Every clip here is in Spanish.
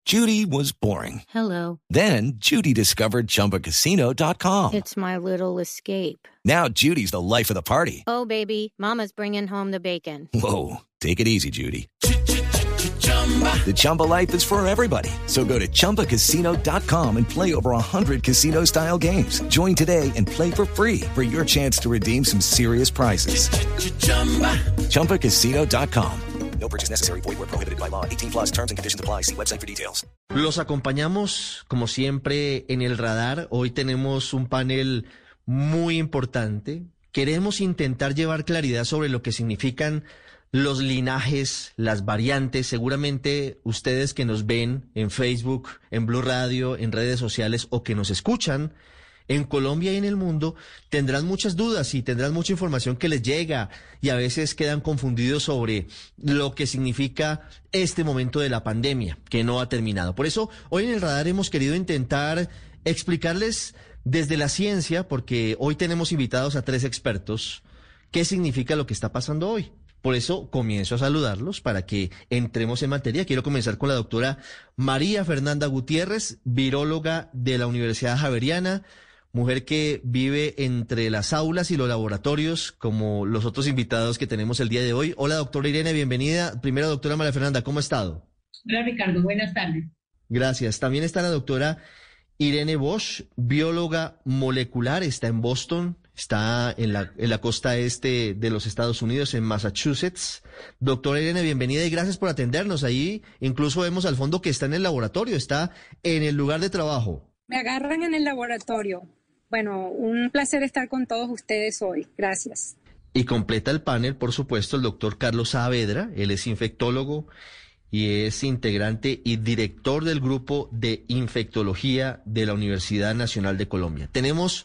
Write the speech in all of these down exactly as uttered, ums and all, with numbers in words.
Judy was boring. Hello. Then Judy discovered Chumba Casino dot com. It's my little escape. Now Judy's the life of the party. Oh, baby, mama's bringing home the bacon. Whoa, take it easy, Judy. The Chumba life is for everybody. So go to Chumba Casino dot com and play over one hundred casino-style games. Join today and play for free for your chance to redeem some serious prizes. Chumba Casino dot com. No purchase necessary. Void where prohibited by law. eighteen plus terms and conditions apply. See website for details. Los acompañamos, como siempre, en el radar. Hoy tenemos un panel muy importante. Queremos intentar llevar claridad sobre lo que significan los linajes, las variantes. Seguramente ustedes que nos ven en Facebook, en Blue Radio, en redes sociales o que nos escuchan en Colombia y en el mundo, tendrán muchas dudas y tendrán mucha información que les llega y a veces quedan confundidos sobre lo que significa este momento de la pandemia que no ha terminado. Por eso, hoy en el radar hemos querido intentar explicarles desde la ciencia, porque hoy tenemos invitados a tres expertos, qué significa lo que está pasando hoy. Por eso comienzo a saludarlos para que entremos en materia. Quiero comenzar con la doctora María Fernanda Gutiérrez, viróloga de la Universidad Javeriana, mujer que vive entre las aulas y los laboratorios, como los otros invitados que tenemos el día de hoy. Hola, doctora Irene, bienvenida. Primero, doctora María Fernanda, ¿cómo ha estado? Hola, Ricardo, buenas tardes. Gracias. También está la doctora Irene Bosch, bióloga molecular, está en Boston, está en la, en la costa este de los Estados Unidos, en Massachusetts. Doctora Irene, bienvenida y gracias por atendernos. Ahí incluso vemos al fondo que está en el laboratorio, está en el lugar de trabajo. Me agarran en el laboratorio. Bueno, un placer estar con todos ustedes hoy. Gracias. Y completa el panel, por supuesto, el doctor Carlos Saavedra. Él es infectólogo y es integrante y director del grupo de infectología de la Universidad Nacional de Colombia. Tenemos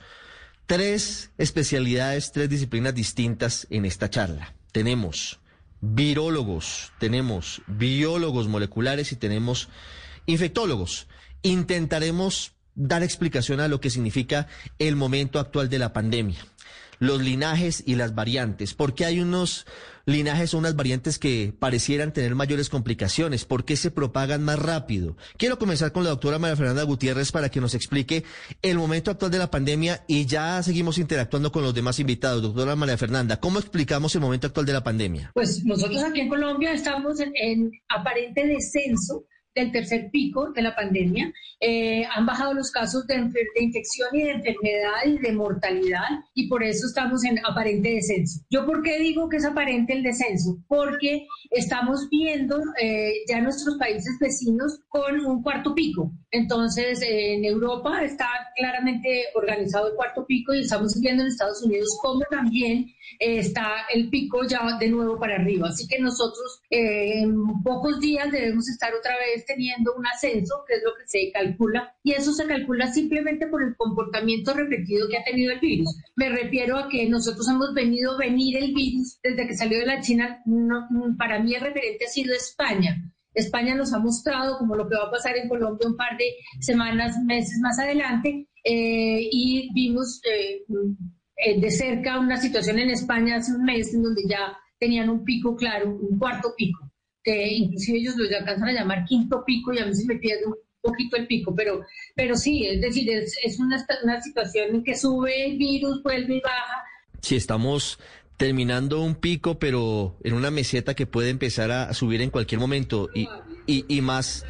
tres especialidades, tres disciplinas distintas en esta charla. Tenemos virólogos, tenemos biólogos moleculares y tenemos infectólogos. Intentaremos dar explicación a lo que significa el momento actual de la pandemia, los linajes y las variantes. ¿Por qué hay unos linajes o unas variantes que parecieran tener mayores complicaciones? ¿Por qué se propagan más rápido? Quiero comenzar con la doctora María Fernanda Gutiérrez para que nos explique el momento actual de la pandemia y ya seguimos interactuando con los demás invitados. Doctora María Fernanda, ¿cómo explicamos el momento actual de la pandemia? Pues nosotros aquí en Colombia estamos en, en aparente descenso del tercer pico de la pandemia. Eh, han bajado los casos de, de infección y de enfermedad y de mortalidad y por eso estamos en aparente descenso. ¿Yo por qué digo que es aparente el descenso? Porque estamos viendo eh, ya nuestros países vecinos con un cuarto pico. Entonces, eh, en Europa está claramente organizado el cuarto pico y estamos viendo en Estados Unidos cómo también eh, está el pico ya de nuevo para arriba. Así que nosotros eh, en pocos días debemos estar otra vez teniendo un ascenso, que es lo que se calcula, y eso se calcula simplemente por el comportamiento repetido que ha tenido el virus. Me refiero a que nosotros hemos venido venir el virus desde que salió de la China. No, para mí el referente ha sido España. España nos ha mostrado como lo que va a pasar en Colombia un par de semanas, meses más adelante, eh, y vimos eh, de cerca una situación en España hace un mes en donde ya tenían un pico claro, un cuarto pico, que inclusive ellos lo alcanzan a llamar quinto pico y a mí se me pierde un poquito el pico, pero, pero sí, es decir, es, es una, una situación en que sube el virus, vuelve y baja. Sí, estamos terminando un pico, pero en una meseta que puede empezar a subir en cualquier momento y, y, y más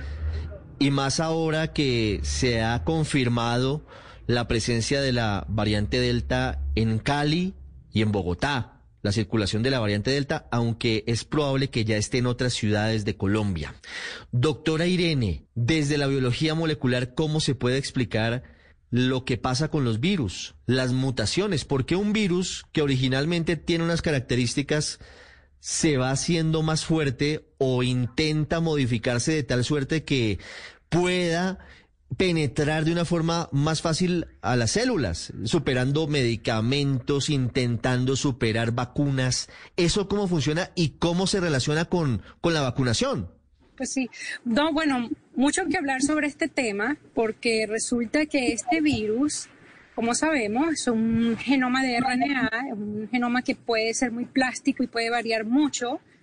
y más ahora que se ha confirmado la presencia de la variante Delta en Cali y en Bogotá. La circulación de la variante Delta, aunque es probable que ya esté en otras ciudades de Colombia. Doctora Irene, desde la biología molecular, ¿cómo se puede explicar lo que pasa con los virus, las mutaciones? ¿Por qué un virus que originalmente tiene unas características se va haciendo más fuerte o intenta modificarse de tal suerte que pueda penetrar de una forma más fácil a las células, superando medicamentos, intentando superar vacunas? ¿Eso cómo funciona y cómo se relaciona con, con la vacunación? Pues sí, no, bueno, mucho que hablar sobre este tema, porque resulta que este virus, como sabemos, es un genoma de R N A, es un genoma que puede ser muy plástico y puede variar mucho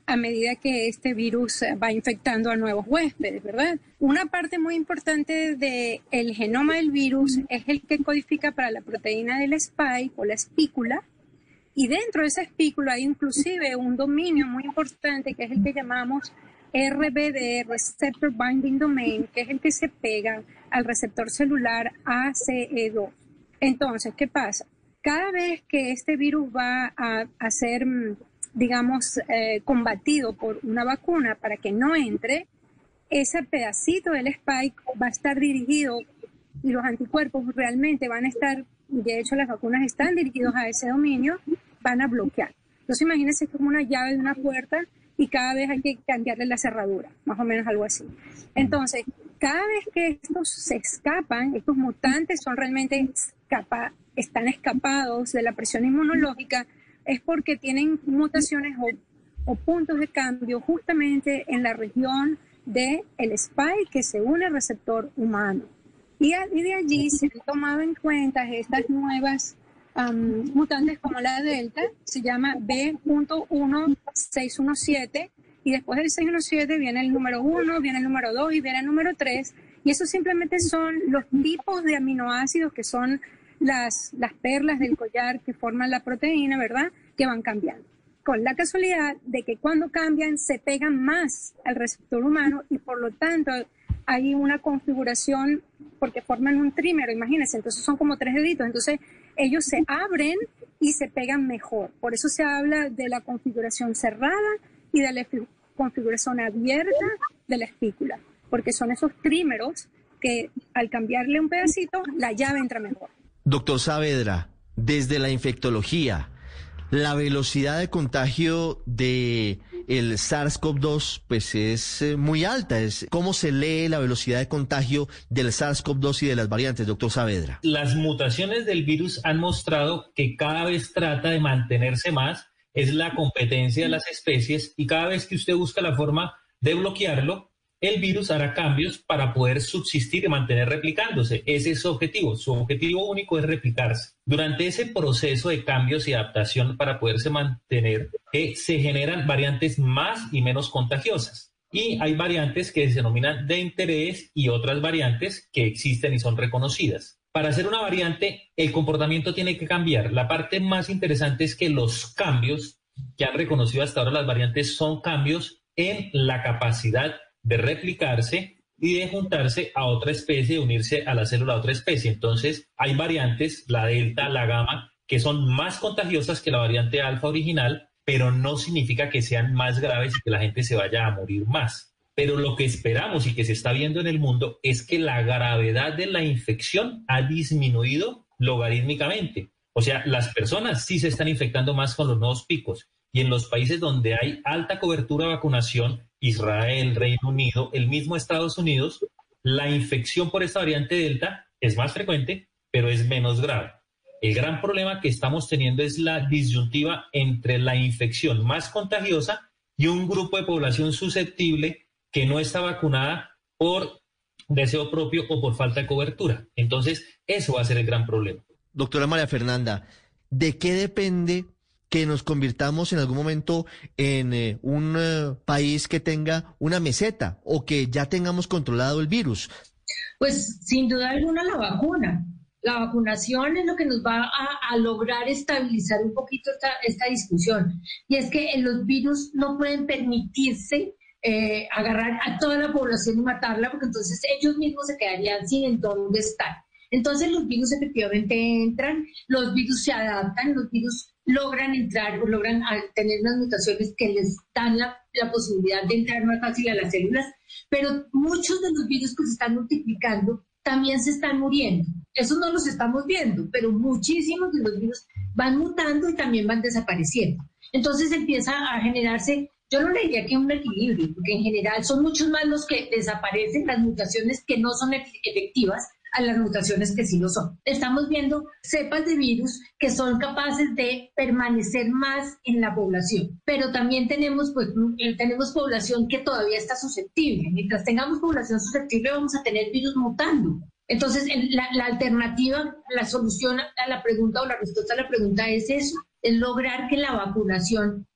a medida que este virus va infectando a nuevos huéspedes, ¿verdad? Una parte muy importante del genoma del virus es el que codifica para la proteína del spike o la espícula, y dentro de esa espícula hay inclusive un dominio muy importante que es el que llamamos R B D, Receptor Binding Domain, que es el que se pega al receptor celular A C E dos. Entonces, ¿qué pasa? Cada vez que este virus va a, a ser, digamos, eh, combatido por una vacuna para que no entre, ese pedacito del spike va a estar dirigido y los anticuerpos realmente van a estar, de hecho las vacunas están dirigidos a ese dominio, van a bloquear. Entonces imagínense como una llave de una puerta y cada vez hay que cambiarle la cerradura, más o menos algo así. Entonces, cada vez que estos se escapan, estos mutantes son realmente escapa, están escapados de la presión inmunológica, es porque tienen mutaciones o, o puntos de cambio justamente en la región del spike que se une al receptor humano. Y, a, y de allí se han tomado en cuenta estas nuevas um, mutantes como la delta, se llama B punto uno seis uno siete, y después del seis uno siete viene el número uno, viene el número dos y viene el número tres, y eso simplemente son los tipos de aminoácidos que son las, las perlas del collar que forman la proteína, ¿verdad?, que van cambiando. Con la casualidad de que cuando cambian se pegan más al receptor humano y por lo tanto hay una configuración porque forman un trímero, imagínense, entonces son como tres deditos, entonces ellos se abren y se pegan mejor. Por eso se habla de la configuración cerrada y de la configuración abierta de la espícula, porque son esos trímeros que al cambiarle un pedacito, la llave entra mejor. Doctor Saavedra, desde la infectología, la velocidad de contagio de el SARS-CoV dos pues es muy alta. Es, ¿cómo se lee la velocidad de contagio del SARS-CoV dos y de las variantes, doctor Saavedra? Las mutaciones del virus han mostrado que cada vez trata de mantenerse más, es la competencia de las especies, y cada vez que usted busca la forma de bloquearlo, el virus hará cambios para poder subsistir y mantener replicándose. Ese es su objetivo. Su objetivo único es replicarse. Durante ese proceso de cambios y adaptación para poderse mantener, eh, se generan variantes más y menos contagiosas. Y hay variantes que se denominan de interés y otras variantes que existen y son reconocidas. Para hacer una variante, el comportamiento tiene que cambiar. La parte más interesante es que los cambios que han reconocido hasta ahora las variantes son cambios en la capacidad de replicarse y de juntarse a otra especie, de unirse a la célula de otra especie. Entonces, hay variantes, la delta, la gamma, que son más contagiosas que la variante alfa original, pero no significa que sean más graves y que la gente se vaya a morir más. Pero lo que esperamos y que se está viendo en el mundo es que la gravedad de la infección ha disminuido logarítmicamente. O sea, las personas sí se están infectando más con los nuevos picos. Y en los países donde hay alta cobertura de vacunación, Israel, Reino Unido, el mismo Estados Unidos, la infección por esta variante Delta es más frecuente, pero es menos grave. El gran problema que estamos teniendo es la disyuntiva entre la infección más contagiosa y un grupo de población susceptible que no está vacunada por deseo propio o por falta de cobertura. Entonces, eso va a ser el gran problema. Doctora María Fernanda, ¿de qué depende que nos convirtamos en algún momento en eh, un eh, país que tenga una meseta o que ya tengamos controlado el virus? Pues sin duda alguna la vacuna. La vacunación es lo que nos va a, a lograr estabilizar un poquito esta, esta discusión. Y es que los virus no pueden permitirse eh, agarrar a toda la población y matarla, porque entonces ellos mismos se quedarían sin en dónde estar. Entonces los virus efectivamente entran, los virus se adaptan, los virus logran entrar o logran tener unas mutaciones que les dan la, la posibilidad de entrar más fácil a las células, pero muchos de los virus que se están multiplicando también se están muriendo. Eso no los estamos viendo, pero muchísimos de los virus van mutando y también van desapareciendo. Entonces empieza a generarse, yo no le diría que un equilibrio, porque en general son muchos más los que desaparecen, las mutaciones que no son efectivas, a las mutaciones que sí lo son. Estamos viendo cepas de virus que son capaces de permanecer más en la población, pero también tenemos, pues, tenemos población que todavía está susceptible. Mientras tengamos población susceptible vamos a tener virus mutando. Entonces, la, la alternativa, la solución a la pregunta o la respuesta a la pregunta es eso, es lograr que la vacunación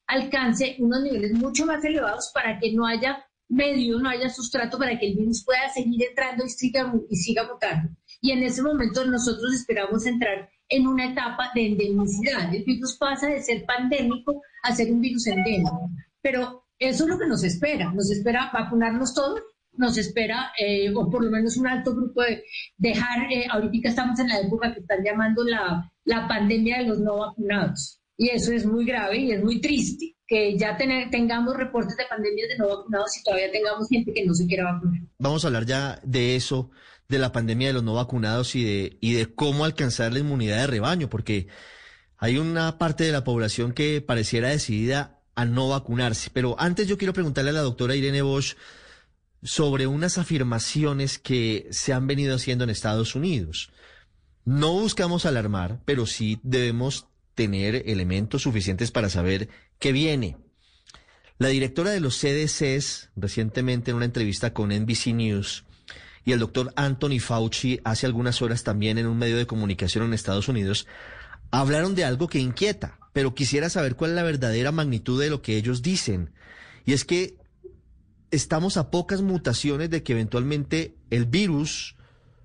alcance unos niveles mucho más elevados para que no haya medio, no haya sustrato para que el virus pueda seguir entrando y siga, y siga mutando. Y en ese momento nosotros esperamos entrar en una etapa de endemicidad. El virus pasa de ser pandémico a ser un virus endémico. Pero eso es lo que nos espera. Nos espera vacunarnos todos, nos espera, eh, o por lo menos un alto grupo de dejar, eh, ahorita estamos en la época que están llamando la, la pandemia de los no vacunados. Y eso es muy grave y es muy triste, que ya ten, tengamos reportes de pandemias de no vacunados y todavía tengamos gente que no se quiera vacunar. Vamos a hablar ya de eso, de la pandemia de los no vacunados y de, y de cómo alcanzar la inmunidad de rebaño, porque hay una parte de la población que pareciera decidida a no vacunarse. Pero antes yo quiero preguntarle a la doctora Irene Bosch sobre unas afirmaciones que se han venido haciendo en Estados Unidos. No buscamos alarmar, pero sí debemos tener elementos suficientes para saber qué viene. La directora de los C D Cs, recientemente en una entrevista con N B C News, y el doctor Anthony Fauci hace algunas horas también en un medio de comunicación en Estados Unidos, hablaron de algo que inquieta, pero quisiera saber cuál es la verdadera magnitud de lo que ellos dicen. Y es que estamos a pocas mutaciones de que eventualmente el virus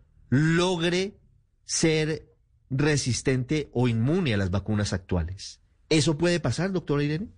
logre ser resistente o inmune a las vacunas actuales. ¿Eso puede pasar, doctora Irene?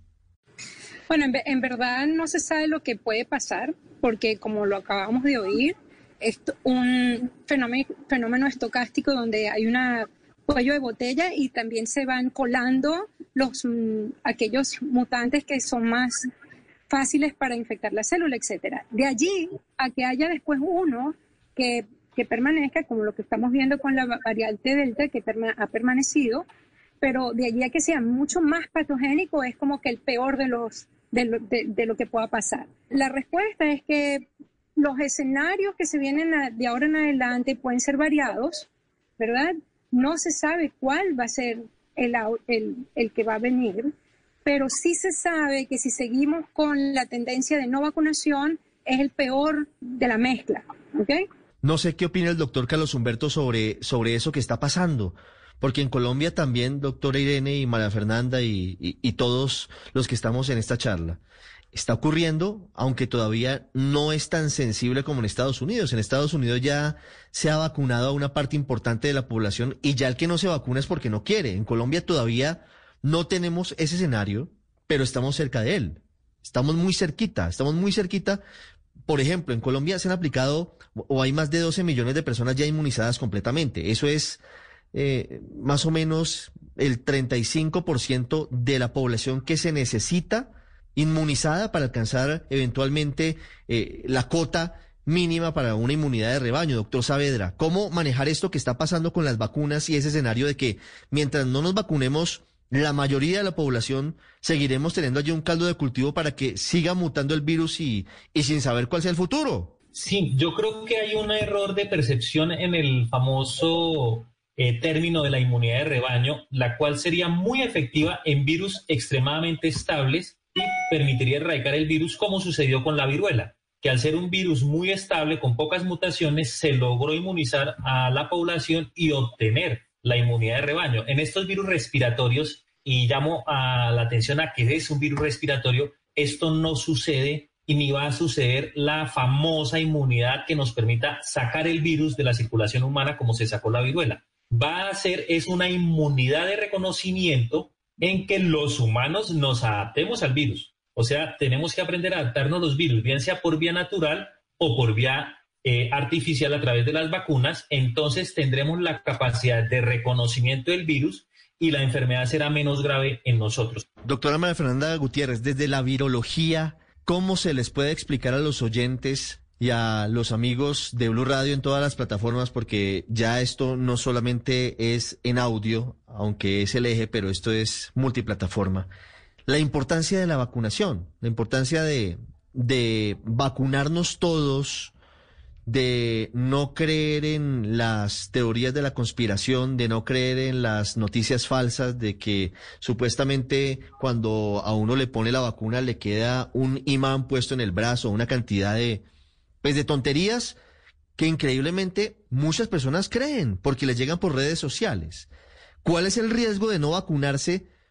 Bueno, en, en verdad no se sabe lo que puede pasar, porque como lo acabamos de oír, es un fenómeno, fenómeno estocástico donde hay una cuello de botella y también se van colando los aquellos mutantes que son más fáciles para infectar la célula, etcétera. De allí a que haya después uno que, que permanezca, como lo que estamos viendo con la variante Delta, que perma, ha permanecido, pero de allí a que sea mucho más patogénico es como que el peor de, los, de, lo, de, de lo que pueda pasar. La respuesta es que los escenarios que se vienen a, de ahora en adelante pueden ser variados, ¿verdad? No se sabe cuál va a ser el, el, el que va a venir, pero sí se sabe que si seguimos con la tendencia de no vacunación, es el peor de la mezcla, ¿ok? No sé qué opina el doctor Carlos Humberto sobre, sobre eso que está pasando, porque en Colombia también, doctora Irene y María Fernanda y, y, y todos los que estamos en esta charla, está ocurriendo, aunque todavía no es tan sensible como en Estados Unidos. En Estados Unidos ya se ha vacunado a una parte importante de la población y ya el que no se vacuna es porque no quiere. En Colombia todavía no tenemos ese escenario, pero estamos cerca de él. Estamos muy cerquita, estamos muy cerquita. Por ejemplo, en Colombia se han aplicado, o hay más de doce millones de personas ya inmunizadas completamente. Eso es eh, más o menos el treinta y cinco por ciento de la población que se necesita inmunizada para alcanzar eventualmente eh, la cota mínima para una inmunidad de rebaño. Doctor Saavedra, ¿cómo manejar esto que está pasando con las vacunas y ese escenario de que mientras no nos vacunemos, la mayoría de la población seguiremos teniendo allí un caldo de cultivo para que siga mutando el virus y, y sin saber cuál sea el futuro? Sí, yo creo que hay un error de percepción en el famoso eh, término de la inmunidad de rebaño, la cual sería muy efectiva en virus extremadamente estables y permitiría erradicar el virus como sucedió con la viruela, que al ser un virus muy estable con pocas mutaciones se logró inmunizar a la población y obtener la inmunidad de rebaño. En estos virus respiratorios, y llamo a la atención a que es un virus respiratorio, esto no sucede y ni va a suceder la famosa inmunidad que nos permita sacar el virus de la circulación humana como se sacó la viruela. Va a ser es una inmunidad de reconocimiento en que los humanos nos adaptemos al virus. O sea, tenemos que aprender a adaptarnos a los virus, bien sea por vía natural o por vía eh, artificial a través de las vacunas. Entonces tendremos la capacidad de reconocimiento del virus y la enfermedad será menos grave en nosotros. Doctora María Fernanda Gutiérrez, desde la virología, ¿cómo se les puede explicar a los oyentes y a los amigos de Blue Radio en todas las plataformas? Porque ya esto no solamente es en audio, aunque es el eje, pero esto es multiplataforma. La importancia de la vacunación, la importancia de, de vacunarnos todos, de no creer en las teorías de la conspiración, de no creer en las noticias falsas, de que supuestamente cuando a uno le pone la vacuna le queda un imán puesto en el brazo, una cantidad de, pues de tonterías que increíblemente muchas personas creen porque les llegan por redes sociales. ¿Cuál es el riesgo de no vacunarse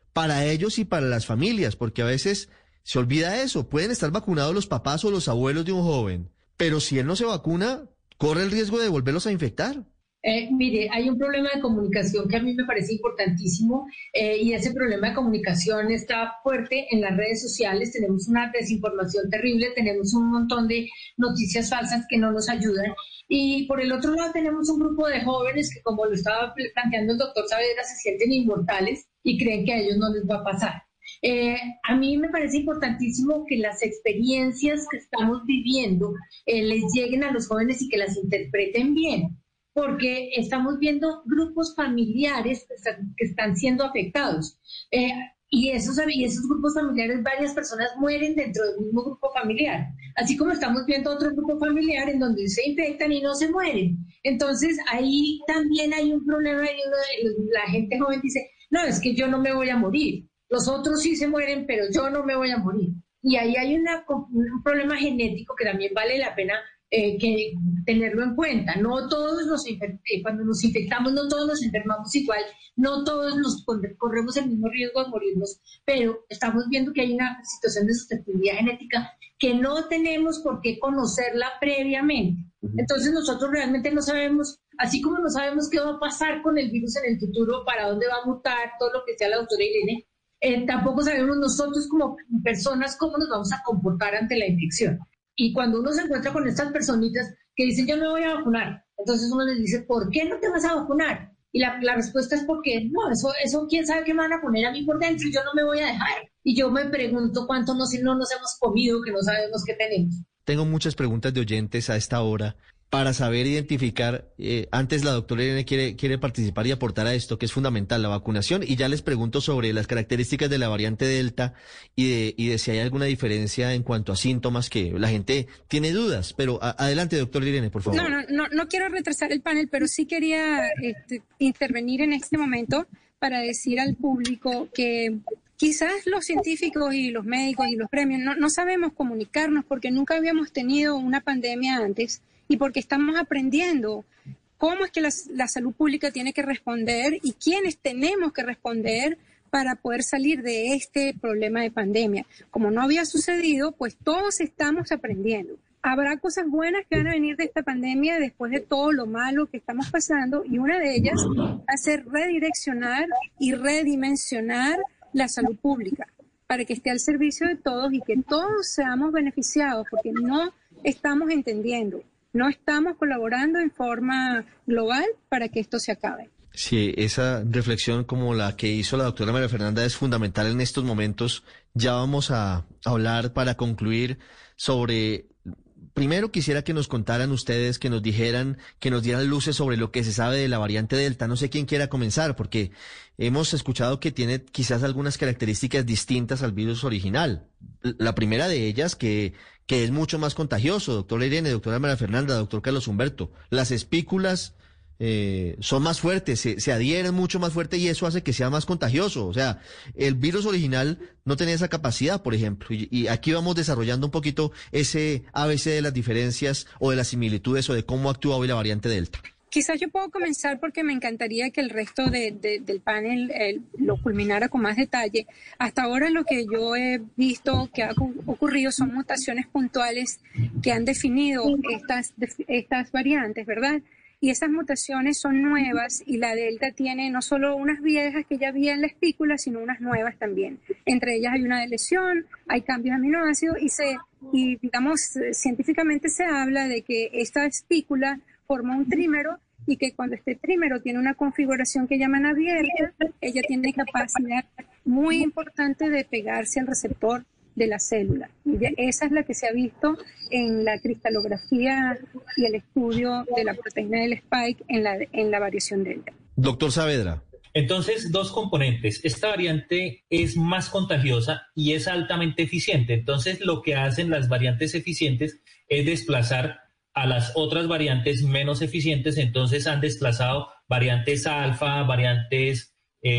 para ellos y para las familias, porque a veces se olvida eso. Pueden estar vacunados los papás o los abuelos de un joven, pero si él no se vacuna, corre el riesgo de volverlos a infectar. Eh, mire, hay un problema de comunicación que a mí me parece importantísimo eh, y ese problema de comunicación está fuerte en las redes sociales. Tenemos una desinformación terrible, tenemos un montón de noticias falsas que no nos ayudan. Y por el otro lado tenemos un grupo de jóvenes que, como lo estaba planteando el doctor Saavedra, se sienten inmortales y creen que a ellos no les va a pasar. Eh, a mí me parece importantísimo que las experiencias que estamos viviendo eh, les lleguen a los jóvenes y que las interpreten bien, porque estamos viendo grupos familiares que están, que están siendo afectados. Eh, y, esos, y esos grupos familiares, varias personas mueren dentro del mismo grupo familiar. Así como estamos viendo otro grupo familiar en donde se infectan y no se mueren. Entonces, ahí también hay un problema. Y uno, la gente joven dice, no, es que yo no me voy a morir. Los otros sí se mueren, pero yo no me voy a morir. Y ahí hay una, un problema genético que también vale la pena Eh, que tenerlo en cuenta. No todos nos infect- cuando nos infectamos, no todos nos enfermamos igual, no todos nos corremos el mismo riesgo de morirnos, pero estamos viendo que hay una situación de susceptibilidad genética que no tenemos por qué conocerla previamente. Entonces nosotros realmente no sabemos, así como no sabemos qué va a pasar con el virus en el futuro, para dónde va a mutar, todo lo que sea la doctora Irene, eh, tampoco sabemos nosotros como personas cómo nos vamos a comportar ante la infección. Y cuando uno se encuentra con estas personitas que dicen, yo me voy a vacunar, entonces uno les dice, ¿por qué no te vas a vacunar? Y la, la respuesta es porque, no, eso, eso quién sabe qué me van a poner a mí por dentro y yo no me voy a dejar. Y yo me pregunto cuánto no, si no nos hemos comido, que no sabemos qué tenemos. Tengo muchas preguntas de oyentes a esta hora para saber identificar. Eh, antes la doctora Irene quiere, quiere participar y aportar a esto, que es fundamental, la vacunación. Y ya les pregunto sobre las características de la variante Delta y de, y de si hay alguna diferencia en cuanto a síntomas, que la gente tiene dudas. Pero a, adelante, doctora Irene, por favor. No, no, no, no quiero retrasar el panel, pero sí quería este, intervenir en este momento para decir al público que quizás los científicos y los médicos y los gremios no, no sabemos comunicarnos porque nunca habíamos tenido una pandemia antes y porque estamos aprendiendo cómo es que la, la salud pública tiene que responder y quiénes tenemos que responder para poder salir de este problema de pandemia. Como no había sucedido, pues todos estamos aprendiendo. Habrá cosas buenas que van a venir de esta pandemia después de todo lo malo que estamos pasando, y una de ellas va a ser redireccionar y redimensionar la salud pública para que esté al servicio de todos y que todos seamos beneficiados, porque no estamos entendiendo, no estamos colaborando en forma global para que esto se acabe. Sí, esa reflexión como la que hizo la doctora María Fernanda es fundamental en estos momentos. Ya vamos a hablar para concluir sobre... Primero quisiera que nos contaran ustedes, que nos dijeran, que nos dieran luces sobre lo que se sabe de la variante Delta. No sé quién quiera comenzar, porque hemos escuchado que tiene quizás algunas características distintas al virus original. La primera de ellas, que, que es mucho más contagioso, doctora Irene, doctora María Fernanda, doctor Carlos Humberto. Las espículas eh, son más fuertes, se, se adhieren mucho más fuerte y eso hace que sea más contagioso. O sea, el virus original no tenía esa capacidad, por ejemplo, y, y aquí vamos desarrollando un poquito ese A B C de las diferencias o de las similitudes o de cómo actúa hoy la variante Delta. Quizás yo puedo comenzar porque me encantaría que el resto de, de, del panel eh, lo culminara con más detalle. Hasta ahora lo que yo he visto que ha ocurrido son mutaciones puntuales que han definido estas, estas variantes, ¿verdad? Y esas mutaciones son nuevas y la Delta tiene no solo unas viejas que ya había en la espícula, sino unas nuevas también. Entre ellas hay una de lesión, hay cambios de aminoácidos y, se, y digamos, científicamente se habla de que esta espícula forma un trímero y que cuando este trímero tiene una configuración que llaman abierta, ella tiene capacidad muy importante de pegarse al receptor de la célula. Y esa es la que se ha visto en la cristalografía y el estudio de la proteína del spike en la, en la variación delta. Doctor Saavedra. Entonces, dos componentes. Esta variante es más contagiosa y es altamente eficiente. Entonces, lo que hacen las variantes eficientes es desplazar a las otras variantes menos eficientes. Entonces, han desplazado variantes alfa, variantes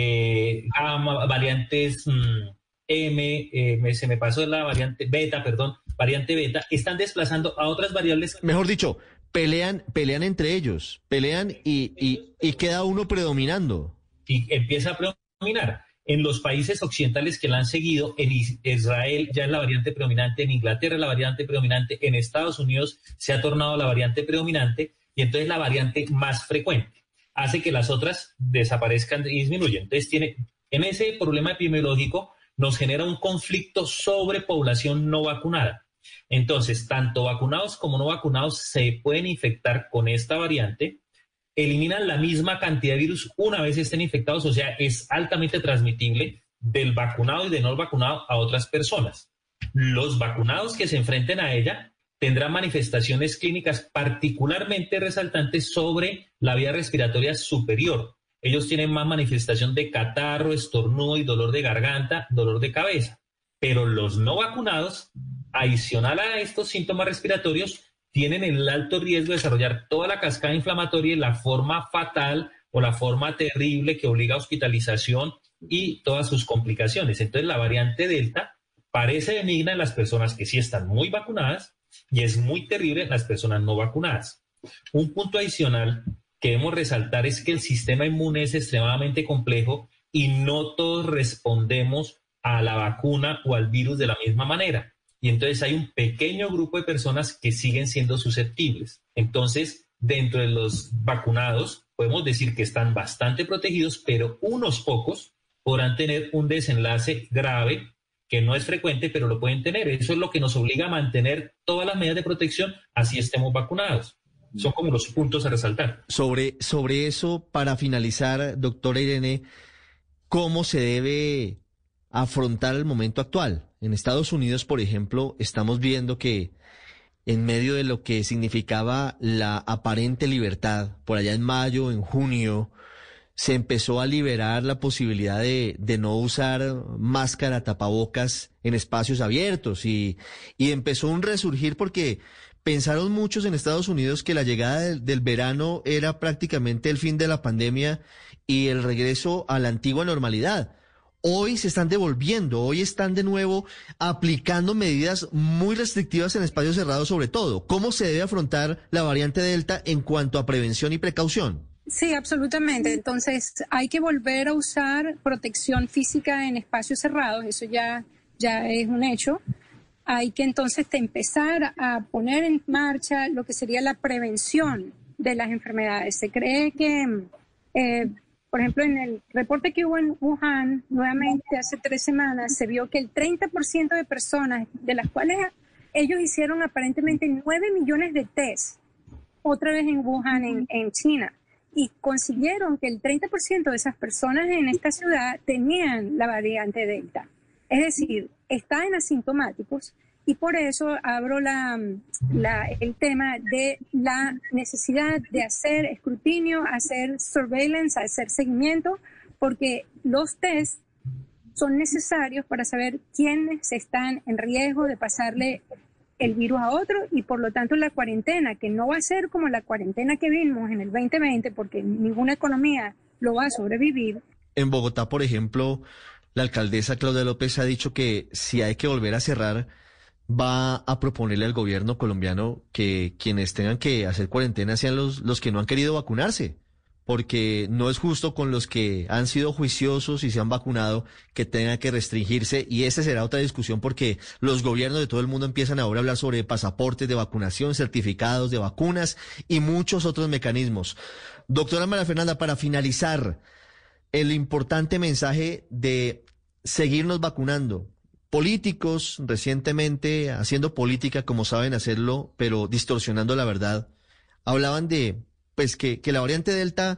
eh, gamma, variantes... Mmm, M, eh, me, se me pasó la variante beta, perdón, variante beta, están desplazando a otras variables. Mejor dicho, pelean, pelean entre ellos, pelean y, y, y queda uno predominando. Y empieza a predominar. En los países occidentales que la han seguido, en Israel ya es la variante predominante, en Inglaterra es la variante predominante, en Estados Unidos se ha tornado la variante predominante y entonces la variante más frecuente hace que las otras desaparezcan y disminuyan. Entonces tiene, en ese problema epidemiológico nos genera un conflicto sobre población no vacunada. Entonces, tanto vacunados como no vacunados se pueden infectar con esta variante, eliminan la misma cantidad de virus una vez estén infectados, o sea, es altamente transmitible del vacunado y del no vacunado a otras personas. Los vacunados que se enfrenten a ella tendrán manifestaciones clínicas particularmente resaltantes sobre la vía respiratoria superior. Ellos tienen más manifestación de catarro, estornudo y dolor de garganta, dolor de cabeza. Pero los no vacunados, adicional a estos síntomas respiratorios, tienen el alto riesgo de desarrollar toda la cascada inflamatoria y la forma fatal o la forma terrible que obliga a hospitalización y todas sus complicaciones. Entonces, la variante Delta parece benigna en las personas que sí están muy vacunadas y es muy terrible en las personas no vacunadas. Un punto adicional que debemos resaltar es que el sistema inmune es extremadamente complejo y no todos respondemos a la vacuna o al virus de la misma manera. Y entonces hay un pequeño grupo de personas que siguen siendo susceptibles. Entonces, dentro de los vacunados, podemos decir que están bastante protegidos, pero unos pocos podrán tener un desenlace grave, que no es frecuente, pero lo pueden tener. Eso es lo que nos obliga a mantener todas las medidas de protección, así estemos vacunados. Son como los puntos a resaltar. Sobre, sobre eso, para finalizar, doctora Irene, ¿cómo se debe afrontar el momento actual? En Estados Unidos, por ejemplo, estamos viendo que en medio de lo que significaba la aparente libertad, por allá en mayo, en junio, se empezó a liberar la posibilidad de, de no usar máscara, tapabocas en espacios abiertos y, y empezó un resurgir porque pensaron muchos en Estados Unidos que la llegada del, del verano era prácticamente el fin de la pandemia y el regreso a la antigua normalidad. Hoy se están devolviendo, hoy están de nuevo aplicando medidas muy restrictivas en espacios cerrados sobre todo. ¿Cómo se debe afrontar la variante Delta en cuanto a prevención y precaución? Sí, absolutamente. Entonces hay que volver a usar protección física en espacios cerrados, eso ya, ya es un hecho. Hay que entonces empezar a poner en marcha lo que sería la prevención de las enfermedades. Se cree que... Eh, Por ejemplo, en el reporte que hubo en Wuhan, nuevamente hace tres semanas, se vio que el treinta por ciento de personas, de las cuales ellos hicieron aparentemente nueve millones de test, otra vez en Wuhan, en, en China, y consiguieron que el treinta por ciento de esas personas en esta ciudad tenían la variante Delta. Es decir, están asintomáticos. Y por eso abro la, la, el tema de la necesidad de hacer escrutinio, hacer surveillance, hacer seguimiento, porque los test son necesarios para saber quiénes están en riesgo de pasarle el virus a otro y por lo tanto la cuarentena, que no va a ser como la cuarentena que vimos en el veinte veinte, porque ninguna economía lo va a sobrevivir. En Bogotá, por ejemplo, la alcaldesa Claudia López ha dicho que si hay que volver a cerrar, va a proponerle al gobierno colombiano que quienes tengan que hacer cuarentena sean los, los que no han querido vacunarse, porque no es justo con los que han sido juiciosos y se han vacunado que tengan que restringirse, y esa será otra discusión porque los gobiernos de todo el mundo empiezan ahora a hablar sobre pasaportes de vacunación, certificados de vacunas y muchos otros mecanismos. Doctora María Fernanda, para finalizar, el importante mensaje de seguirnos vacunando. Políticos recientemente haciendo política como saben hacerlo, pero distorsionando la verdad, hablaban de pues que, que la variante Delta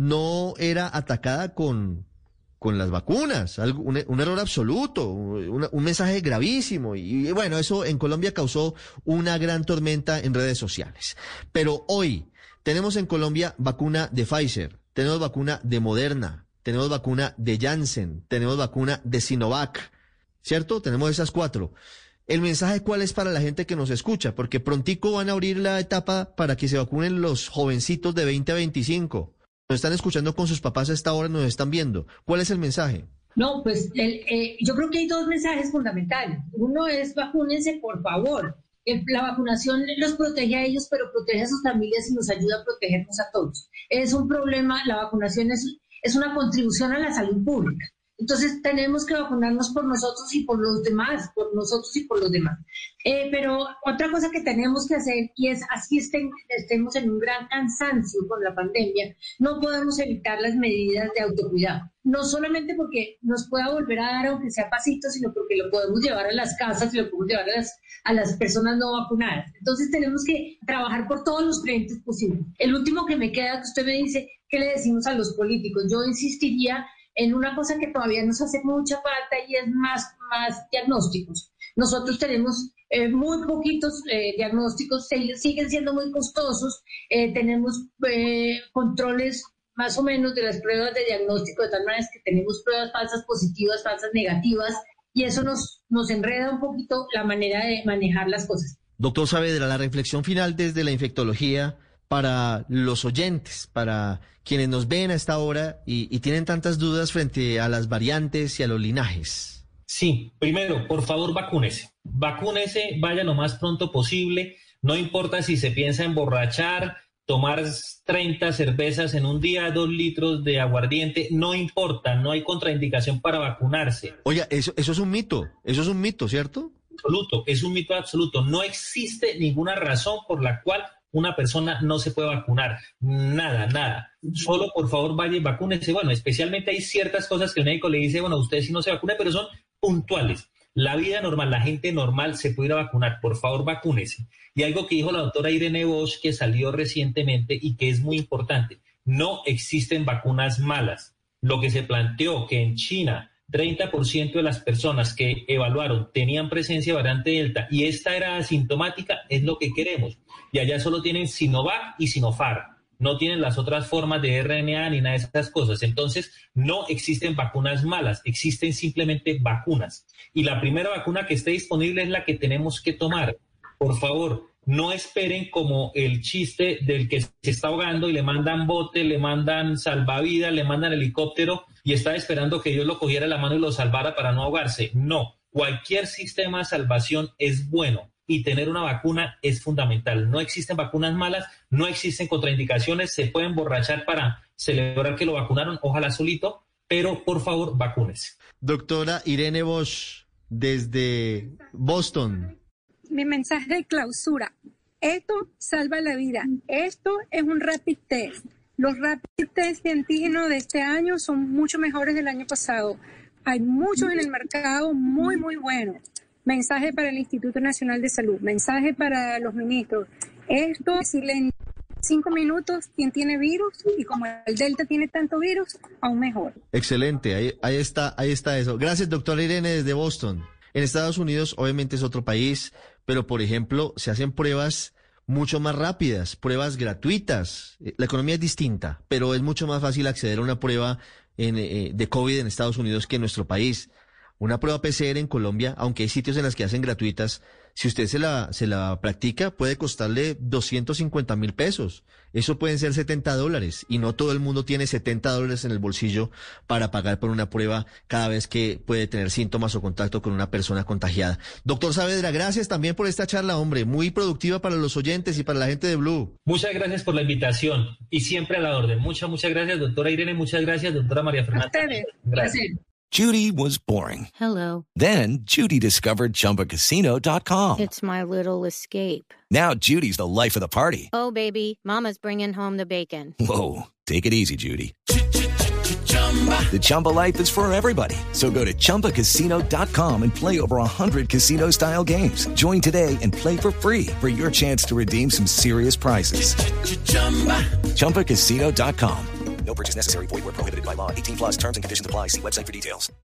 no era atacada con, con las vacunas, algo, un, un error absoluto, un, un mensaje gravísimo. Y, y bueno, eso en Colombia causó una gran tormenta en redes sociales. Pero hoy tenemos en Colombia vacuna de Pfizer, tenemos vacuna de Moderna, tenemos vacuna de Janssen, tenemos vacuna de Sinovac. ¿Cierto? Tenemos esas cuatro. ¿El mensaje cuál es para la gente que nos escucha? Porque prontico van a abrir la etapa para que se vacunen los jovencitos de veinte a veinticinco. Nos están escuchando con sus papás a esta hora, nos están viendo. ¿Cuál es el mensaje? No, pues el, eh, yo creo que hay dos mensajes fundamentales. Uno es vacúnense, por favor. El, la vacunación los protege a ellos, pero protege a sus familias y nos ayuda a protegernos a todos. Es un problema, la vacunación es, es una contribución a la salud pública. Entonces tenemos que vacunarnos por nosotros y por los demás, por nosotros y por los demás. Eh, pero otra cosa que tenemos que hacer, y es así estén, estemos en un gran cansancio con la pandemia, no podemos evitar las medidas de autocuidado. No solamente porque nos pueda volver a dar, aunque sea pasito, sino porque lo podemos llevar a las casas y lo podemos llevar a las, a las personas no vacunadas. Entonces tenemos que trabajar por todos los frentes posibles. El último que me queda, que usted me dice, ¿qué le decimos a los políticos? Yo insistiría en una cosa que todavía nos hace mucha falta y es más, más diagnósticos. Nosotros tenemos eh, muy poquitos eh, diagnósticos, se, siguen siendo muy costosos, eh, tenemos eh, controles más o menos de las pruebas de diagnóstico, de tal manera que tenemos pruebas falsas positivas, falsas negativas, y eso nos, nos enreda un poquito la manera de manejar las cosas. Doctor Saavedra, la reflexión final desde la infectología para los oyentes, para quienes nos ven a esta hora y, y tienen tantas dudas frente a las variantes y a los linajes. Sí, primero, por favor, vacúnese. Vacúnese, vaya lo más pronto posible. No importa si se piensa emborrachar, tomar treinta cervezas en un día, dos litros de aguardiente, no importa, no hay contraindicación para vacunarse. Oiga, eso, eso es un mito, eso es un mito, ¿cierto? Absoluto, es un mito absoluto. No existe ninguna razón por la cual una persona no se puede vacunar. Nada, nada. Solo, por favor, vaya y vacúnese. Bueno, especialmente hay ciertas cosas que el médico le dice, bueno, usted sí no se vacuna, pero son puntuales. La vida normal, la gente normal se puede ir a vacunar. Por favor, vacúnese. Y algo que dijo la doctora Irene Bosch, que salió recientemente y que es muy importante. No existen vacunas malas. Lo que se planteó que en China treinta por ciento de las personas que evaluaron tenían presencia de variante Delta y esta era asintomática, es lo que queremos. Y allá solo tienen Sinovac y Sinopharm. No tienen las otras formas de R N A ni nada de esas cosas. Entonces, no existen vacunas malas, existen simplemente vacunas. Y la primera vacuna que esté disponible es la que tenemos que tomar. Por favor, no esperen como el chiste del que se está ahogando y le mandan bote, le mandan salvavidas, le mandan helicóptero y está esperando que Dios lo cogiera la mano y lo salvara para no ahogarse. No, cualquier sistema de salvación es bueno. Y tener una vacuna es fundamental. No existen vacunas malas, no existen contraindicaciones, se pueden emborrachar para celebrar que lo vacunaron, ojalá solito, pero por favor, vacúnese. Doctora Irene Bosch, desde Boston. Mi mensaje de clausura, esto salva la vida, esto es un rapid test. Los rapid test de antígeno de este año son mucho mejores del año pasado. Hay muchos en el mercado muy, muy buenos. Mensaje para el Instituto Nacional de Salud, mensaje para los ministros. Esto, decirle en cinco minutos quién tiene virus y como el Delta tiene tanto virus, aún mejor. Excelente, ahí, ahí está, ahí está eso. Gracias, doctora Irene, desde Boston. En Estados Unidos, obviamente es otro país, pero por ejemplo, se hacen pruebas mucho más rápidas, pruebas gratuitas. La economía es distinta, pero es mucho más fácil acceder a una prueba en, eh, de COVID en Estados Unidos que en nuestro país. Una prueba P C R en Colombia, aunque hay sitios en las que hacen gratuitas, si usted se la, se la practica, puede costarle doscientos cincuenta mil pesos. Eso pueden ser setenta dólares y no todo el mundo tiene setenta dólares en el bolsillo para pagar por una prueba cada vez que puede tener síntomas o contacto con una persona contagiada. Doctor Saavedra, gracias también por esta charla, hombre, muy productiva para los oyentes y para la gente de Blue. Muchas gracias por la invitación y siempre a la orden. Muchas, muchas gracias, doctora Irene, muchas gracias, doctora María Fernanda. A ustedes. Gracias. Judy was boring. Hello. Then Judy discovered Chumba Casino dot com. It's my little escape. Now Judy's the life of the party. Oh, baby, mama's bringing home the bacon. Whoa, take it easy, Judy. The Chumba life is for everybody. So go to Chumba Casino dot com and play over one hundred casino-style games. Join today and play for free for your chance to redeem some serious prizes. Chumba Casino dot com. No purchase necessary. Void where prohibited by law. eighteen plus terms and conditions apply. See website for details.